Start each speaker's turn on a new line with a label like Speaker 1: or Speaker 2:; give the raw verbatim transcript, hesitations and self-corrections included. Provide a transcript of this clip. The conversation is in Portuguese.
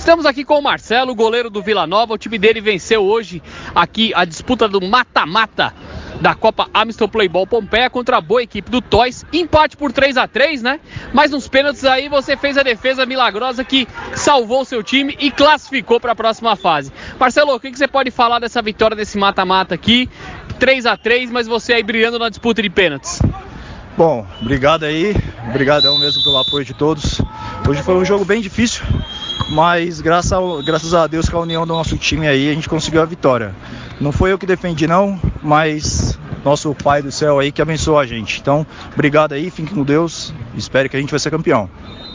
Speaker 1: Estamos aqui com o Marcelo, goleiro do Vila Nova. O time dele venceu hoje aqui a disputa do mata-mata da Copa Amistel Playball Pompeia contra a boa equipe do Toys. Empate por três a três, né? Mas nos pênaltis aí você fez a defesa milagrosa que salvou o seu time e classificou para a próxima fase. Marcelo, o que você pode falar dessa vitória desse mata-mata aqui? três a três, mas você aí brilhando na disputa de pênaltis.
Speaker 2: Bom, obrigado aí, obrigadão mesmo pelo apoio de todos. Hoje foi um jogo bem difícil, mas graças, ao, graças a Deus com a união do nosso time aí a gente conseguiu a vitória. Não foi eu que defendi não, mas nosso Pai do Céu aí que abençoou a gente. Então, obrigado aí, fiquem com Deus, espero que a gente vai ser campeão.